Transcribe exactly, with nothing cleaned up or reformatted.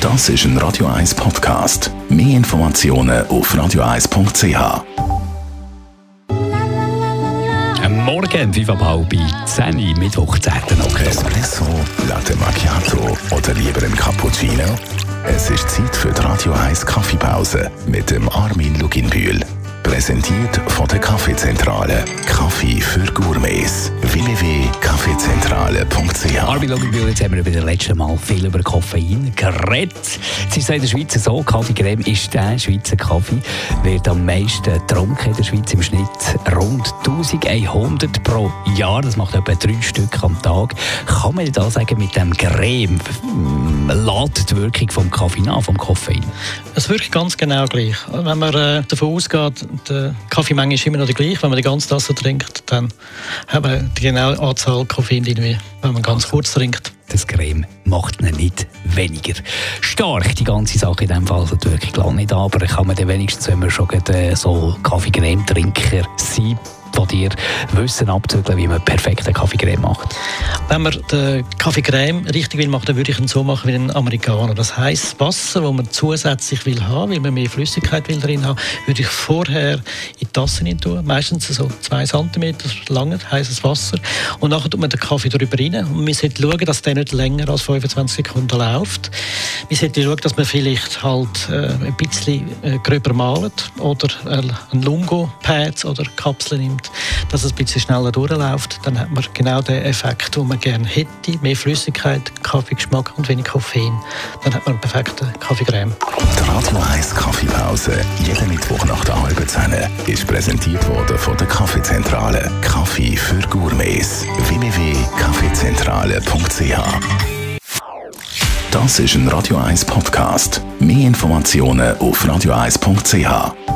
Das ist ein Radio eins Podcast. Mehr Informationen auf radio eins punkt c h. Am Morgen, fünf ab halb zehn, Mittwoch, zehnten Oktober. Espresso, Latte Macchiato oder lieber ein Cappuccino? Es ist Zeit für die Radio eins Kaffeepause mit dem Armin Luginbühl. Präsentiert von der Kaffeezentrale. Kaffee für Gourmets. w w w punkt kaffeezentrale punkt c h. Armin Luginbühl, jetzt haben wir über das letzte Mal viel über Koffein geredet. Es ist in der Schweiz so, Kaffeecreme ist der Schweizer Kaffee, wird am meisten getrunken in der Schweiz, im Schnitt rund eintausendeinhundert pro Jahr. Das macht etwa drei Stück am Tag. Kann man da sagen, mit dem Creme lädt die Wirkung vom Kaffee nach, vom Koffein? Es wirkt ganz genau gleich. Wenn man äh, davon ausgeht, die Kaffeemenge ist immer noch die gleiche. Wenn man die ganze Tasse trinkt, dann hat man die genaue Anzahl Koffein drin, wie wenn man ganz kurz trinkt. Das Creme macht ihn nicht weniger stark, die ganze Sache in diesem Fall. Also die Wirkung lange nicht, aber kann man dann wenigstens, wenn man schon äh, so Kaffeecreme-Trinker sein, von dir Wissen abzügeln, wie man perfekte Kaffeecreme macht? Wenn man den Kaffeecreme richtig will machen, dann würde ich ihn so machen wie ein Amerikaner. Das heisst, Wasser, das man zusätzlich will haben, weil man mehr Flüssigkeit will drin haben, würde ich vorher in die Tasse rein tun, meistens so zwei Zentimeter lang heißes Wasser. Und nachher tut man den Kaffee darüber rein. Und man sollte schauen, dass der nicht länger als fünfundzwanzig Sekunden läuft. Man sollte schauen, dass man vielleicht halt äh, ein bisschen äh, gröber malt oder äh, ein Lungo-Pads oder Kapseln nimmt, dass es ein bisschen schneller durchläuft. Dann hat man genau den Effekt, den man gerne hätte. Mehr Flüssigkeit, Kaffeegeschmack und wenig Koffein. Dann hat man einen perfekten Kaffeecreme. Die Radio eins Kaffeepause, jeden Mittwoch nach der halben zehn, ist präsentiert worden von der Kaffeezentrale. Kaffee für Gourmets. w w w punkt kaffeezentrale punkt c h. Das ist ein Radio eins Podcast. Mehr Informationen auf radio eins punkt c h.